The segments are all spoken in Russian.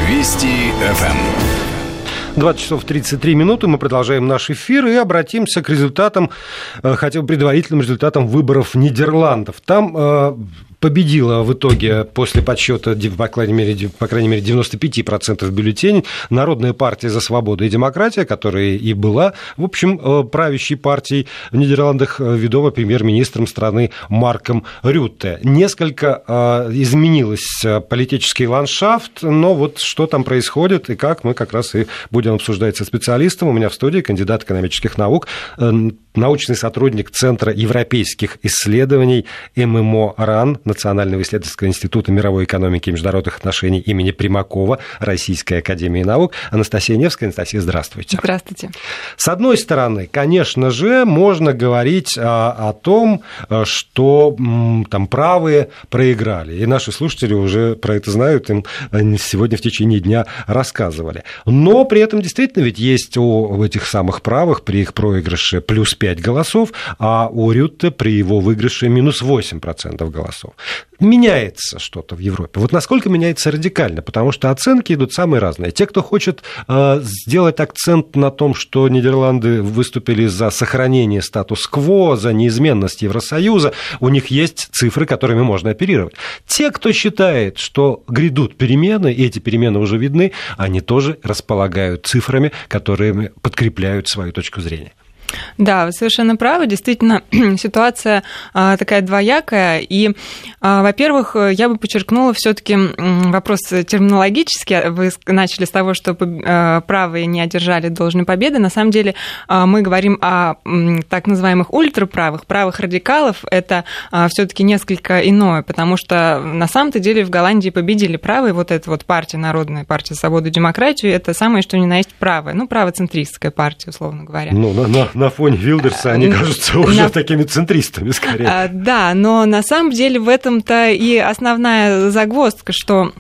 Вести ФМ. 20 часов 33 минуты. Мы продолжаем наш эфир и обратимся к результатам, хотя бы предварительным результатам выборов Нидерландов. Там победила в итоге после подсчета, по крайней мере 95% бюллетеней, Народная партия за свободу и демократию, которая и была, в общем, правящей партией в Нидерландах, ведома премьер-министром страны Марком Рютте. Несколько изменилась политический ландшафт, но вот что там происходит и как, мы как раз и будем обсуждать со специалистом. У меня в студии кандидат экономических наук, научный сотрудник Центра европейских исследований ММО РАН, Национального исследовательского института мировой экономики и международных отношений имени Примакова, Российской академии наук, Анастасия Невская. Анастасия, здравствуйте. Здравствуйте. С одной стороны, конечно же, можно говорить о том, что там правые проиграли. И наши слушатели уже про это знают, им сегодня в течение дня рассказывали. Но при этом действительно ведь есть у этих самых правых при их проигрыше плюс 5 голосов, а у Рютте при его выигрыше минус 8% голосов. Меняется что-то в Европе. Вот насколько меняется радикально, потому что оценки идут самые разные. Те, кто хочет сделать акцент на том, что Нидерланды выступили за сохранение статус-кво, за неизменность Евросоюза, у них есть цифры, которыми можно оперировать. Те, кто считает, что грядут перемены, и эти перемены уже видны, они тоже располагают цифрами, которые подкрепляют свою точку зрения. Да, вы совершенно правы. Действительно, ситуация такая двоякая. И, во-первых, я бы подчеркнула все-таки вопрос терминологический. Вы начали с того, что правые не одержали должной победы. На самом деле мы говорим о так называемых ультраправых, правых радикалов. Это все-таки несколько иное, потому что на самом-то деле в Голландии победили правые. Вот эта вот партия, Народная партия свободу и демократию, это самое что ни на есть правая. Ну, правоцентристская партия, условно говоря. На фоне Вилдерса они кажутся уже такими центристами, скорее. Да, но на самом деле в этом-то и основная загвоздка, что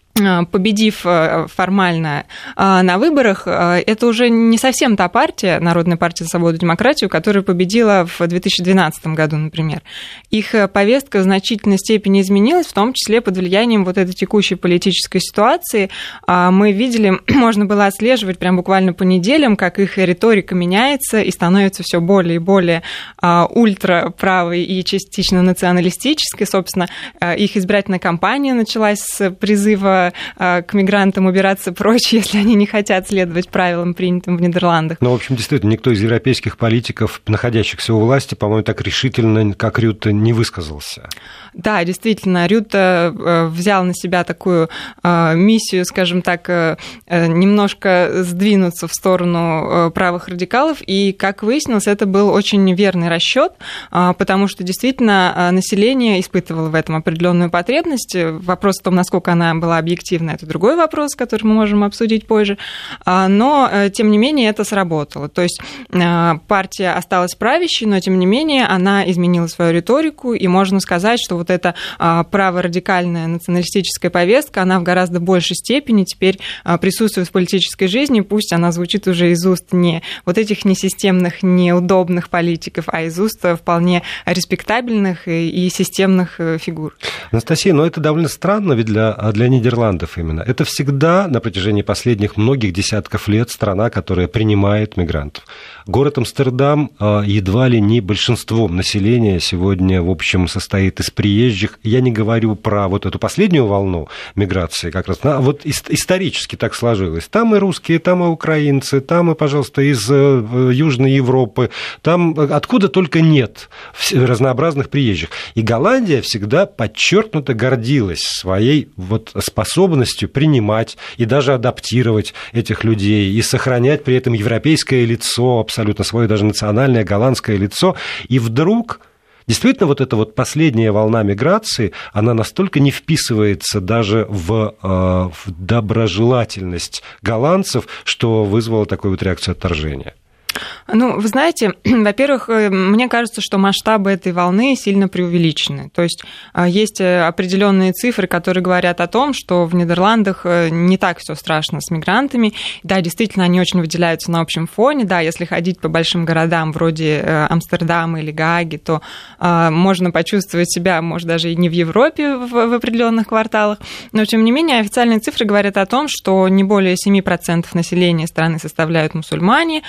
победив формально на выборах, это уже не совсем та партия, Народная партия за свободу и демократию, которая победила в 2012 году, например. Их повестка в значительной степени изменилась, в том числе под влиянием вот этой текущей политической ситуации. Мы видели, можно было отслеживать прям буквально по неделям, как их риторика меняется и становится все более и более ультраправой и частично националистической. Собственно, их избирательная кампания началась с призыва к мигрантам убираться прочь, если они не хотят следовать правилам, принятым в Нидерландах. Ну, в общем, действительно, никто из европейских политиков, находящихся у власти, по-моему, так решительно, как Рютте, не высказался. Да, действительно, Рютте взял на себя такую миссию, скажем так, немножко сдвинуться в сторону правых радикалов, и, как выяснилось, это был очень верный расчет, потому что действительно население испытывало в этом определенную потребность. Вопрос в том, насколько она была объективна, это другой вопрос, который мы можем обсудить позже, но, тем не менее, это сработало. То есть партия осталась правящей, но, тем не менее, она изменила свою риторику, и можно сказать, что вот эта праворадикальная националистическая повестка, она в гораздо большей степени теперь присутствует в политической жизни, пусть она звучит уже из уст не вот этих несистемных, неудобных политиков, а из уст вполне респектабельных и системных фигур. Анастасия, но это довольно странно ведь для Нидерландов именно. Это всегда на протяжении последних многих десятков лет страна, которая принимает мигрантов. Город Амстердам едва ли не большинством населения сегодня, в общем, состоит из приезжих. Я не говорю про вот эту последнюю волну миграции, как раз, вот исторически так сложилось. Там и русские, там и украинцы, там и, пожалуйста, из Южной Европы, там откуда только нет разнообразных приезжих. И Голландия всегда подчеркнуто гордилась своей вот способностью принимать и даже адаптировать этих людей и сохранять при этом европейское лицо, абсолютно свое даже национальное голландское лицо. И вдруг действительно вот эта вот последняя волна миграции, она настолько не вписывается даже в доброжелательность голландцев, что вызвала такую вот реакцию отторжения. Ну, вы знаете, во-первых, мне кажется, что масштабы этой волны сильно преувеличены. То есть есть определенные цифры, которые говорят о том, что в Нидерландах не так все страшно с мигрантами. Да, действительно, они очень выделяются на общем фоне. Да, если ходить по большим городам вроде Амстердама или Гааги, то можно почувствовать себя, может, даже и не в Европе в определенных кварталах. Но, тем не менее, официальные цифры говорят о том, что не более 7% населения страны составляют мусульмане,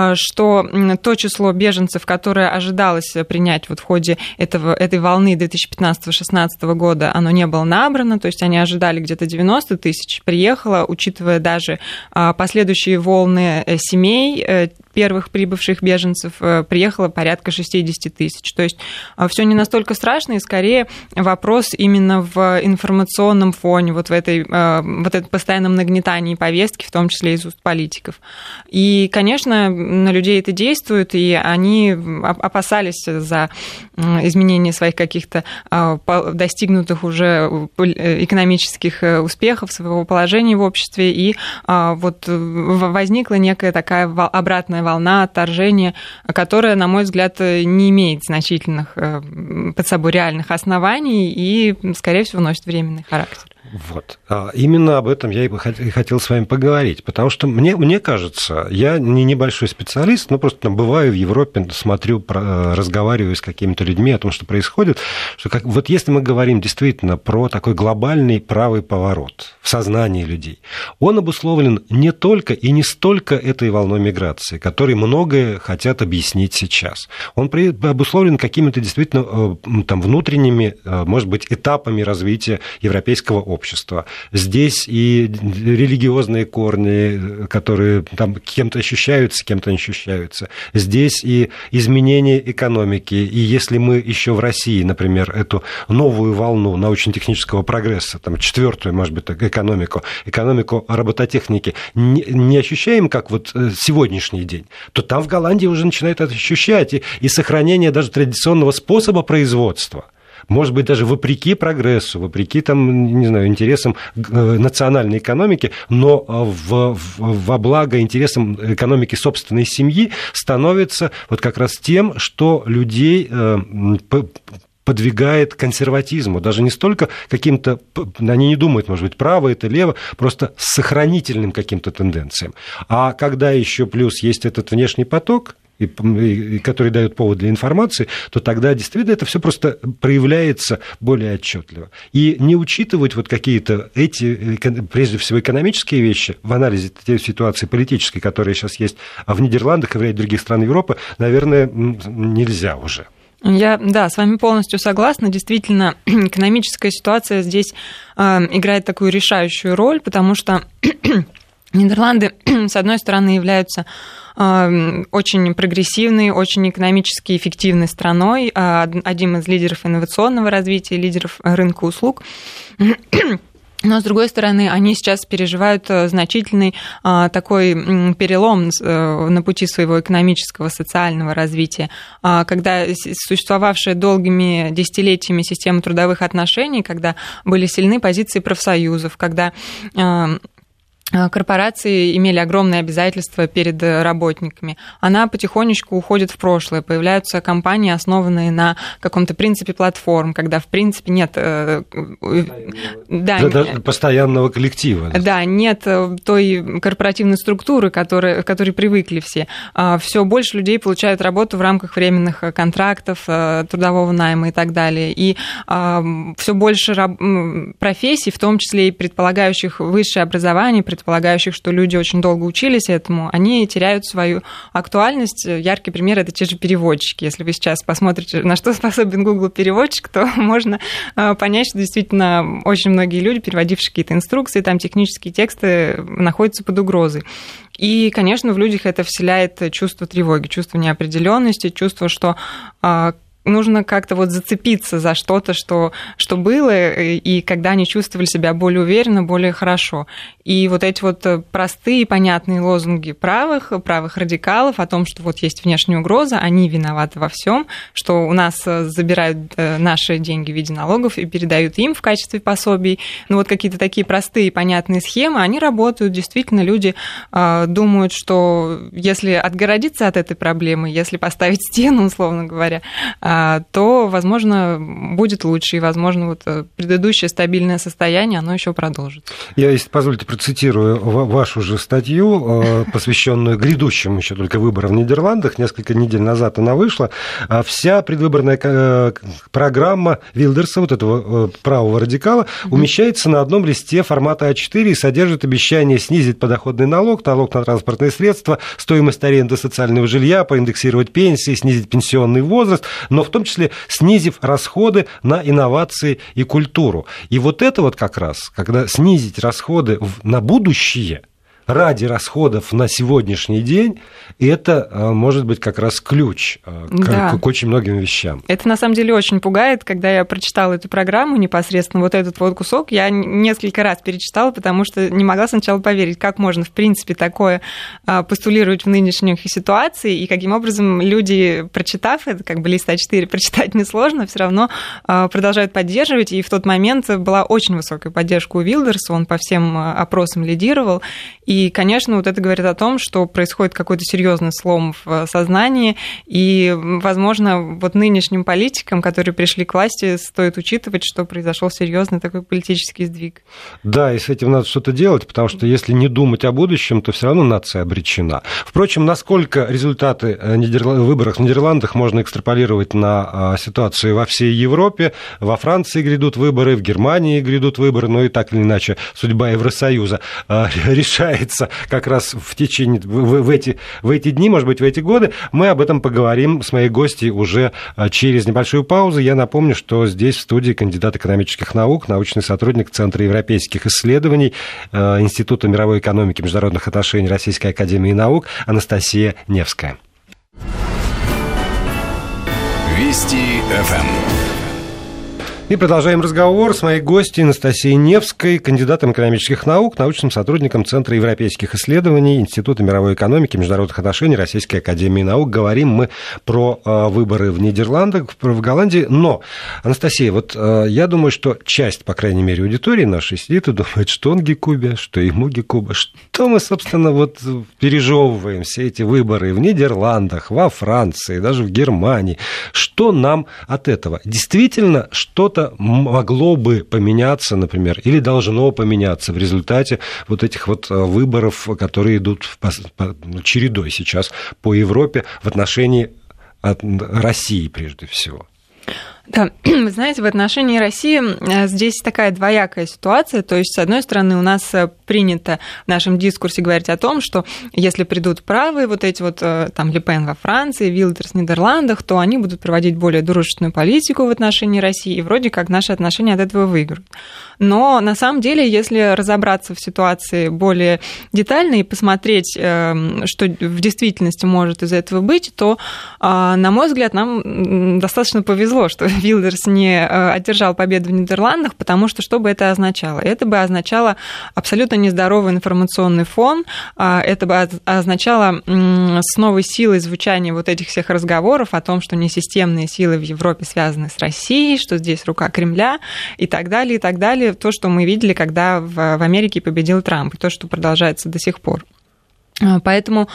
что то число беженцев, которое ожидалось принять вот в ходе этой волны 2015-2016 года, оно не было набрано, то есть они ожидали где-то 90 тысяч, приехало, учитывая даже последующие волны семей, первых прибывших беженцев, приехало порядка 60 тысяч. То есть все не настолько страшно, и скорее вопрос именно в информационном фоне, вот в этом постоянном нагнетании повестки, в том числе из уст политиков. И, конечно, на людей это действует, и они опасались за изменение своих каких-то достигнутых уже экономических успехов, своего положения в обществе, и вот возникла некая такая обратная волна отторжения, которая, на мой взгляд, не имеет значительных под собой реальных оснований и, скорее всего, носит временный характер. Вот. Именно об этом я и хотел с вами поговорить, потому что мне кажется, я не небольшой специалист, но просто там бываю в Европе, смотрю, разговариваю с какими-то людьми о том, что происходит, что вот если мы говорим действительно про такой глобальный правый поворот в сознании людей, он обусловлен не только и не столько этой волной миграции, которой многое хотят объяснить сейчас. Он обусловлен какими-то действительно там внутренними, может быть, этапами развития европейского общества. Здесь и религиозные корни, которые там кем-то ощущаются, кем-то не ощущаются. Здесь и изменение экономики. И если мы еще в России, например, эту новую волну научно-технического прогресса, там, четвертую, может быть, экономику робототехники не ощущаем, как вот сегодняшний день, то там в Голландии уже начинают это ощущать. И сохранение даже традиционного способа производства. Может быть, даже вопреки прогрессу, вопреки там, не знаю, интересам национальной экономики, но во благо интересам экономики собственной семьи становится вот как раз тем, что людей подвигает к консерватизму. Даже не столько каким-то, они не думают, может быть, право это, лево, просто с сохранительным каким-то тенденциям. А когда еще плюс есть этот внешний поток, который дает повод для информации, то тогда действительно это все просто проявляется более отчетливо. И не учитывать вот какие-то эти, прежде всего, экономические вещи в анализе той ситуации политической, которая сейчас есть в Нидерландах и в ряде других стран Европы, наверное, нельзя уже. Я, да, с вами полностью согласна. Действительно, экономическая ситуация здесь играет такую решающую роль, потому что Нидерланды, с одной стороны, являются очень прогрессивной, очень экономически эффективной страной, одним из лидеров инновационного развития, лидеров рынка услуг. Но, с другой стороны, они сейчас переживают значительный такой перелом на пути своего экономического, социального развития, когда существовавшая долгими десятилетиями система трудовых отношений, когда были сильны позиции профсоюзов, когда корпорации имели огромные обязательства перед работниками. Она потихонечку уходит в прошлое. Появляются компании, основанные на каком-то принципе платформ, когда, в принципе, нет... постоянного коллектива. Да, нет той корпоративной структуры, к которой привыкли все. Все больше людей получают работу в рамках временных контрактов, трудового найма и так далее. И все больше профессий, в том числе и предполагающих высшее образование, предполагающих, что люди очень долго учились этому, они теряют свою актуальность. Яркий пример – это те же переводчики. Если вы сейчас посмотрите, на что способен Google переводчик, то можно понять, что действительно очень многие люди, переводившие какие-то инструкции, там технические тексты, находятся под угрозой. И, конечно, в людях это вселяет чувство тревоги, чувство неопределенности, чувство, что нужно как-то вот зацепиться за что-то, что было, и когда они чувствовали себя более уверенно, более хорошо. И вот эти вот простые, понятные лозунги правых радикалов о том, что вот есть внешняя угроза, они виноваты во всем, что у нас забирают наши деньги в виде налогов и передают им в качестве пособий. Ну вот какие-то такие простые, понятные схемы, они работают. Действительно, люди думают, что если отгородиться от этой проблемы, если поставить стену, условно говоря, то, возможно, будет лучше, и, возможно, вот предыдущее стабильное состояние, оно еще продолжится. Я, если позволите, процитирую вашу же статью, посвященную грядущим еще только выборам в Нидерландах. Несколько недель назад она вышла. Вся предвыборная программа Вилдерса, вот этого правого радикала, умещается на одном листе формата А4 и содержит обещание снизить подоходный налог на транспортные средства, стоимость аренды социального жилья, проиндексировать пенсии, снизить пенсионный возраст, но в том числе снизив расходы на инновации и культуру. И вот это вот как раз, когда снизить расходы на будущее ради расходов на сегодняшний день, это может быть как раз ключ к очень многим вещам. Это на самом деле очень пугает. Когда я прочитала эту программу непосредственно, вот этот вот кусок, я несколько раз перечитала, потому что не могла сначала поверить, как можно, в принципе, такое постулировать в нынешних ситуациях, и каким образом люди, прочитав это, как бы лист А4 прочитать несложно, все равно продолжают поддерживать. И в тот момент была очень высокая поддержка у Вилдерса, он по всем опросам лидировал. И, конечно, вот это говорит о том, что происходит какой-то серьезный слом в сознании, и, возможно, вот нынешним политикам, которые пришли к власти, стоит учитывать, что произошел серьезный такой политический сдвиг. Да, и с этим надо что-то делать, потому что если не думать о будущем, то все равно нация обречена. Впрочем, насколько результаты выборов в Нидерландах можно экстраполировать на ситуацию во всей Европе, во Франции грядут выборы, в Германии грядут выборы, но и так или иначе судьба Евросоюза решается как раз в течение, в эти дни, может быть, в эти годы. Мы об этом поговорим с моей гостьей уже через небольшую паузу. Я напомню, что здесь в студии кандидат экономических наук, научный сотрудник Центра европейских исследований Института мировой экономики и международных отношений Российской академии наук Анастасия Невская. Вести ФМ. И продолжаем разговор с моей гостьей Анастасией Невской, кандидатом экономических наук, научным сотрудником Центра европейских исследований Института мировой экономики и международных отношений Российской академии наук. Говорим мы про выборы в Нидерландах, в Голландии. Но, Анастасия, вот я думаю, что часть, по крайней мере, аудитории нашей сидит и думает, что он гекубе, что ему гекуба. Что мы, собственно, вот пережевываем все эти выборы в Нидерландах, во Франции, даже в Германии. Что нам от этого? Действительно, что-то могло бы поменяться, например, или должно поменяться в результате вот этих вот выборов, которые идут чередой сейчас по Европе в отношении России прежде всего? Да, вы знаете, в отношении России здесь такая двоякая ситуация. То есть, с одной стороны, у нас принято в нашем дискурсе говорить о том, что если придут правые, вот эти вот там Ле Пен во Франции, Вилдерс в Нидерландах, то они будут проводить более дружественную политику в отношении России, и вроде как наши отношения от этого выиграют. Но на самом деле, если разобраться в ситуации более детально и посмотреть, что в действительности может из этого быть, то, на мой взгляд, нам достаточно повезло, что Вилдерс не одержал победу в Нидерландах, потому что бы это означало? Это бы означало абсолютно нездоровый информационный фон, это бы означало с новой силой звучание вот этих всех разговоров о том, что несистемные силы в Европе связаны с Россией, что здесь рука Кремля и так далее, и так далее. То, что мы видели, когда в Америке победил Трамп, и то, что продолжается до сих пор. Поэтому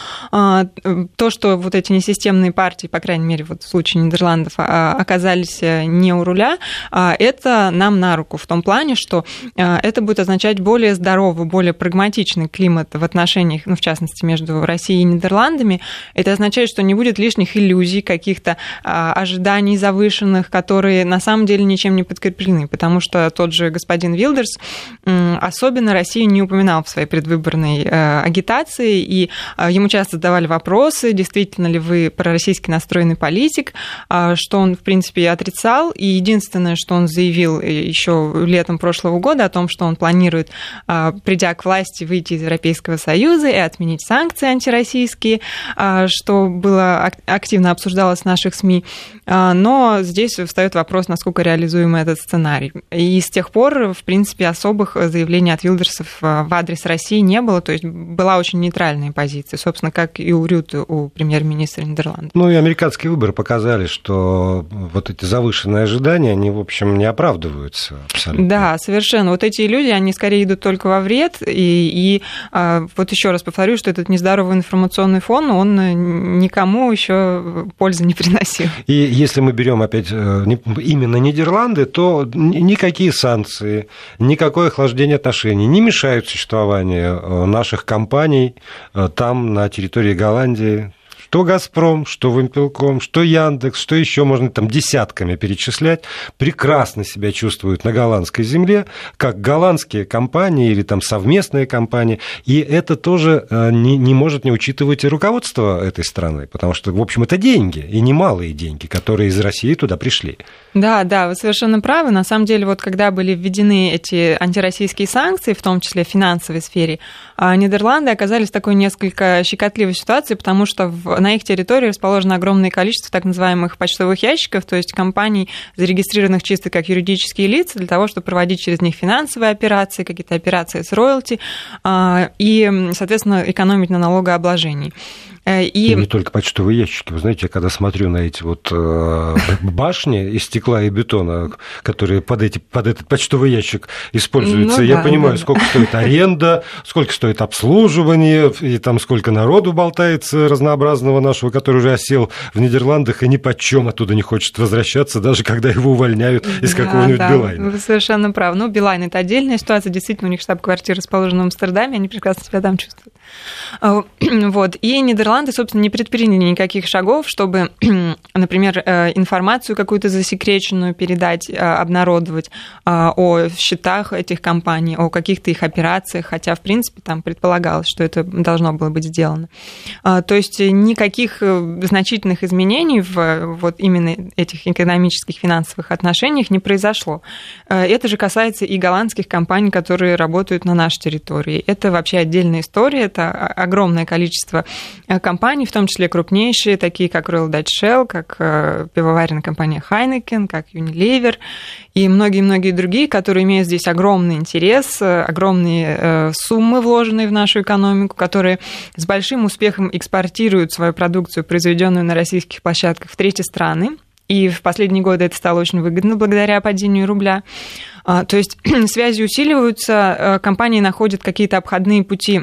то, что вот эти несистемные партии, по крайней мере, вот в случае Нидерландов, оказались не у руля, это нам на руку в том плане, что это будет означать более здоровый, более прагматичный климат в отношениях, ну, в частности, между Россией и Нидерландами. Это означает, что не будет лишних иллюзий, каких-то ожиданий завышенных, которые на самом деле ничем не подкреплены, потому что тот же господин Вилдерс особенно Россию не упоминал в своей предвыборной агитации, и ему часто задавали вопросы, действительно ли вы пророссийски настроенный политик, что он, в принципе, отрицал. И единственное, что он заявил еще летом прошлого года о том, что он планирует, придя к власти, выйти из Европейского Союза и отменить санкции антироссийские, что было активно обсуждалось в наших СМИ. Но здесь встает вопрос, насколько реализуем этот сценарий. И с тех пор, в принципе, особых заявлений от Вилдерсов в адрес России не было, то есть была очень нейтральная позиция, собственно, как и у Рюте, у премьер-министра Нидерландов. Ну и американские выборы показали, что вот эти завышенные ожидания, они, в общем, не оправдываются абсолютно. Да, совершенно. Вот эти иллюзии, они скорее идут только во вред, и вот еще раз повторю, что этот нездоровый информационный фон, он никому еще пользы не приносил. И если мы берем опять именно Нидерланды, то никакие санкции, никакое охлаждение отношений не мешают существованию наших компаний там, на территории Голландии. Что «Газпром», что «Вимпелком», что «Яндекс», что еще можно там десятками перечислять, прекрасно себя чувствуют на голландской земле, как голландские компании или там совместные компании. И это тоже не может не учитывать и руководство этой страны, потому что, в общем, это деньги, и немалые деньги, которые из России туда пришли. Да, вы совершенно правы. На самом деле, вот когда были введены эти антироссийские санкции, в том числе в финансовой сфере, Нидерланды оказались в такой несколько щекотливой ситуации, потому что на их территории расположено огромное количество так называемых почтовых ящиков, то есть компаний, зарегистрированных чисто как юридические лица, для того, чтобы проводить через них финансовые операции, какие-то операции с роялти и, соответственно, экономить на налогообложении. И не только почтовые ящики. Вы знаете, я когда смотрю на эти вот башни из стекла и бетона, которые под этот почтовый ящик используются, я понимаю, сколько стоит аренда, сколько стоит обслуживание, и там сколько народу болтается разнообразного нашего, который уже осел в Нидерландах и ни под чем оттуда не хочет возвращаться, даже когда его увольняют из какого-нибудь Билайна. Вы совершенно правы. Ну, Билайн – это отдельная ситуация. Действительно, у них штаб-квартира расположена в Амстердаме, они прекрасно себя там чувствуют. Вот. И Нидерланды, собственно, не предприняли никаких шагов, чтобы, например, информацию какую-то засекреченную передать, обнародовать о счетах этих компаний, о каких-то их операциях, хотя, в принципе, там предполагалось, что это должно было быть сделано. То есть никаких значительных изменений в вот именно этих экономических, финансовых отношениях не произошло. Это же касается и голландских компаний, которые работают на нашей территории. Это вообще отдельная история, это огромное количество компаний, в том числе крупнейшие, такие как Royal Dutch Shell, как пивоваренная компания Heineken, как Unilever и многие-многие другие, которые имеют здесь огромный интерес, огромные суммы, вложенные в нашу экономику, которые с большим успехом экспортируют свою продукцию, произведенную на российских площадках, в третьи страны. И в последние годы это стало очень выгодно благодаря падению рубля. То есть связи усиливаются, компании находят какие-то обходные пути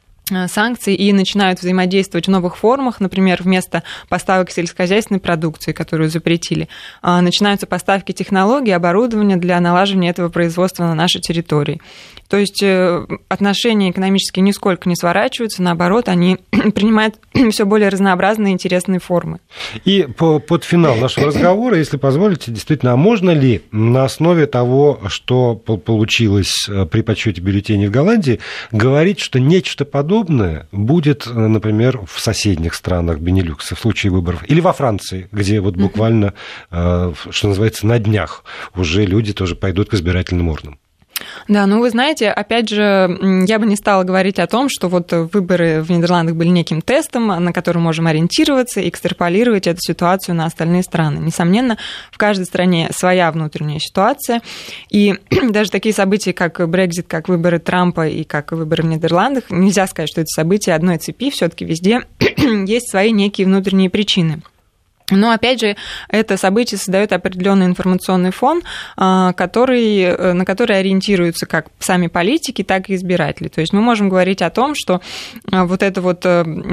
санкций и начинают взаимодействовать в новых формах. Например, вместо поставок сельскохозяйственной продукции, которую запретили, начинаются поставки технологий, оборудования для налаживания этого производства на нашей территории. То есть отношения экономические нисколько не сворачиваются, наоборот, они принимают все более разнообразные и интересные формы. И под финал нашего разговора, если позволите, действительно, а можно ли на основе того, что получилось при подсчете бюллетеней в Голландии, говорить, что нечто подобное будет, например, в соседних странах Бенилюкса в случае выборов, или во Франции, где вот буквально, что называется, на днях уже люди тоже пойдут к избирательным урнам? Да, ну вы знаете, опять же, я бы не стала говорить о том, что вот выборы в Нидерландах были неким тестом, на который можем ориентироваться и экстраполировать эту ситуацию на остальные страны. Несомненно, в каждой стране своя внутренняя ситуация, и даже такие события, как Brexit, как выборы Трампа и как выборы в Нидерландах, нельзя сказать, что это события одной цепи, все-таки везде есть свои некие внутренние причины. Но, опять же, это событие создает определенный информационный фон, на который ориентируются как сами политики, так и избиратели. То есть мы можем говорить о том, что вот эта вот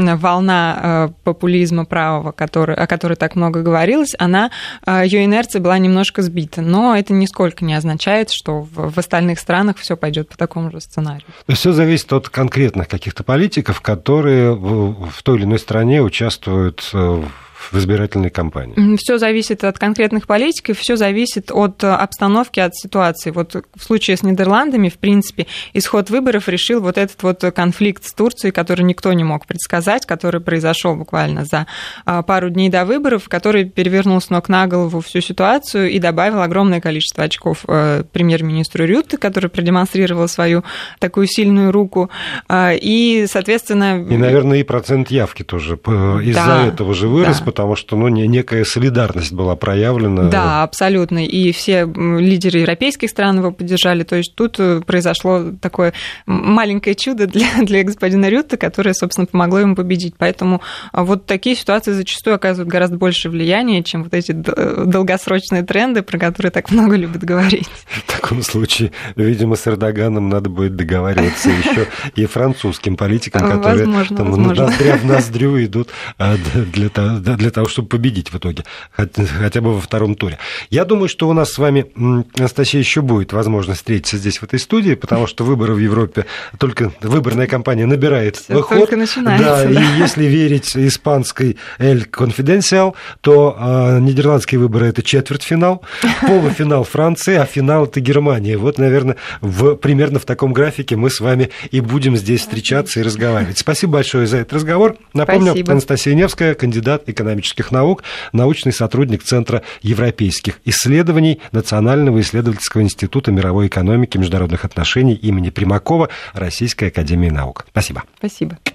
волна популизма правого, о которой так много говорилось, ее инерция была немножко сбита. Но это нисколько не означает, что в остальных странах все пойдет по такому же сценарию. Все зависит от конкретных каких-то политиков, которые в той или иной стране участвуют в избирательной кампании? Все зависит от конкретных политиков, все зависит от обстановки, от ситуации. Вот в случае с Нидерландами, в принципе, исход выборов решил вот этот вот конфликт с Турцией, который никто не мог предсказать, который произошел буквально за пару дней до выборов, который перевернул с ног на голову всю ситуацию и добавил огромное количество очков премьер-министру Рютте, который продемонстрировал свою такую сильную руку. И, соответственно... И, наверное, и процент явки тоже из-за этого же вырос, потому что некая солидарность была проявлена. Да, абсолютно. И все лидеры европейских стран его поддержали. То есть тут произошло такое маленькое чудо для господина Рютте, которое, собственно, помогло ему победить. Поэтому вот такие ситуации зачастую оказывают гораздо больше влияния, чем вот эти долгосрочные тренды, про которые так много любят говорить. В таком случае, видимо, с Эрдоганом надо будет договариваться еще и французским политикам, которые ноздря в ноздрю идут для того, чтобы победить в итоге, хотя бы во втором туре. Я думаю, что у нас с вами, Анастасия, еще будет возможность встретиться здесь, в этой студии, потому что выборы в Европе, только выборная кампания набирает ход. Только начинается. Да, и если верить испанской El Confidencial, то нидерландские выборы – это четвертьфинал, полуфинал Франции, а финал – это Германия. Вот, наверное, примерно в таком графике мы с вами и будем здесь встречаться и разговаривать. Спасибо большое за этот разговор. Напомню, Анастасия Невская, кандидат экономических наук, научный сотрудник Центра европейских исследований Национального исследовательского института мировой экономики и международных отношений имени Примакова Российской академии наук. Спасибо. Спасибо.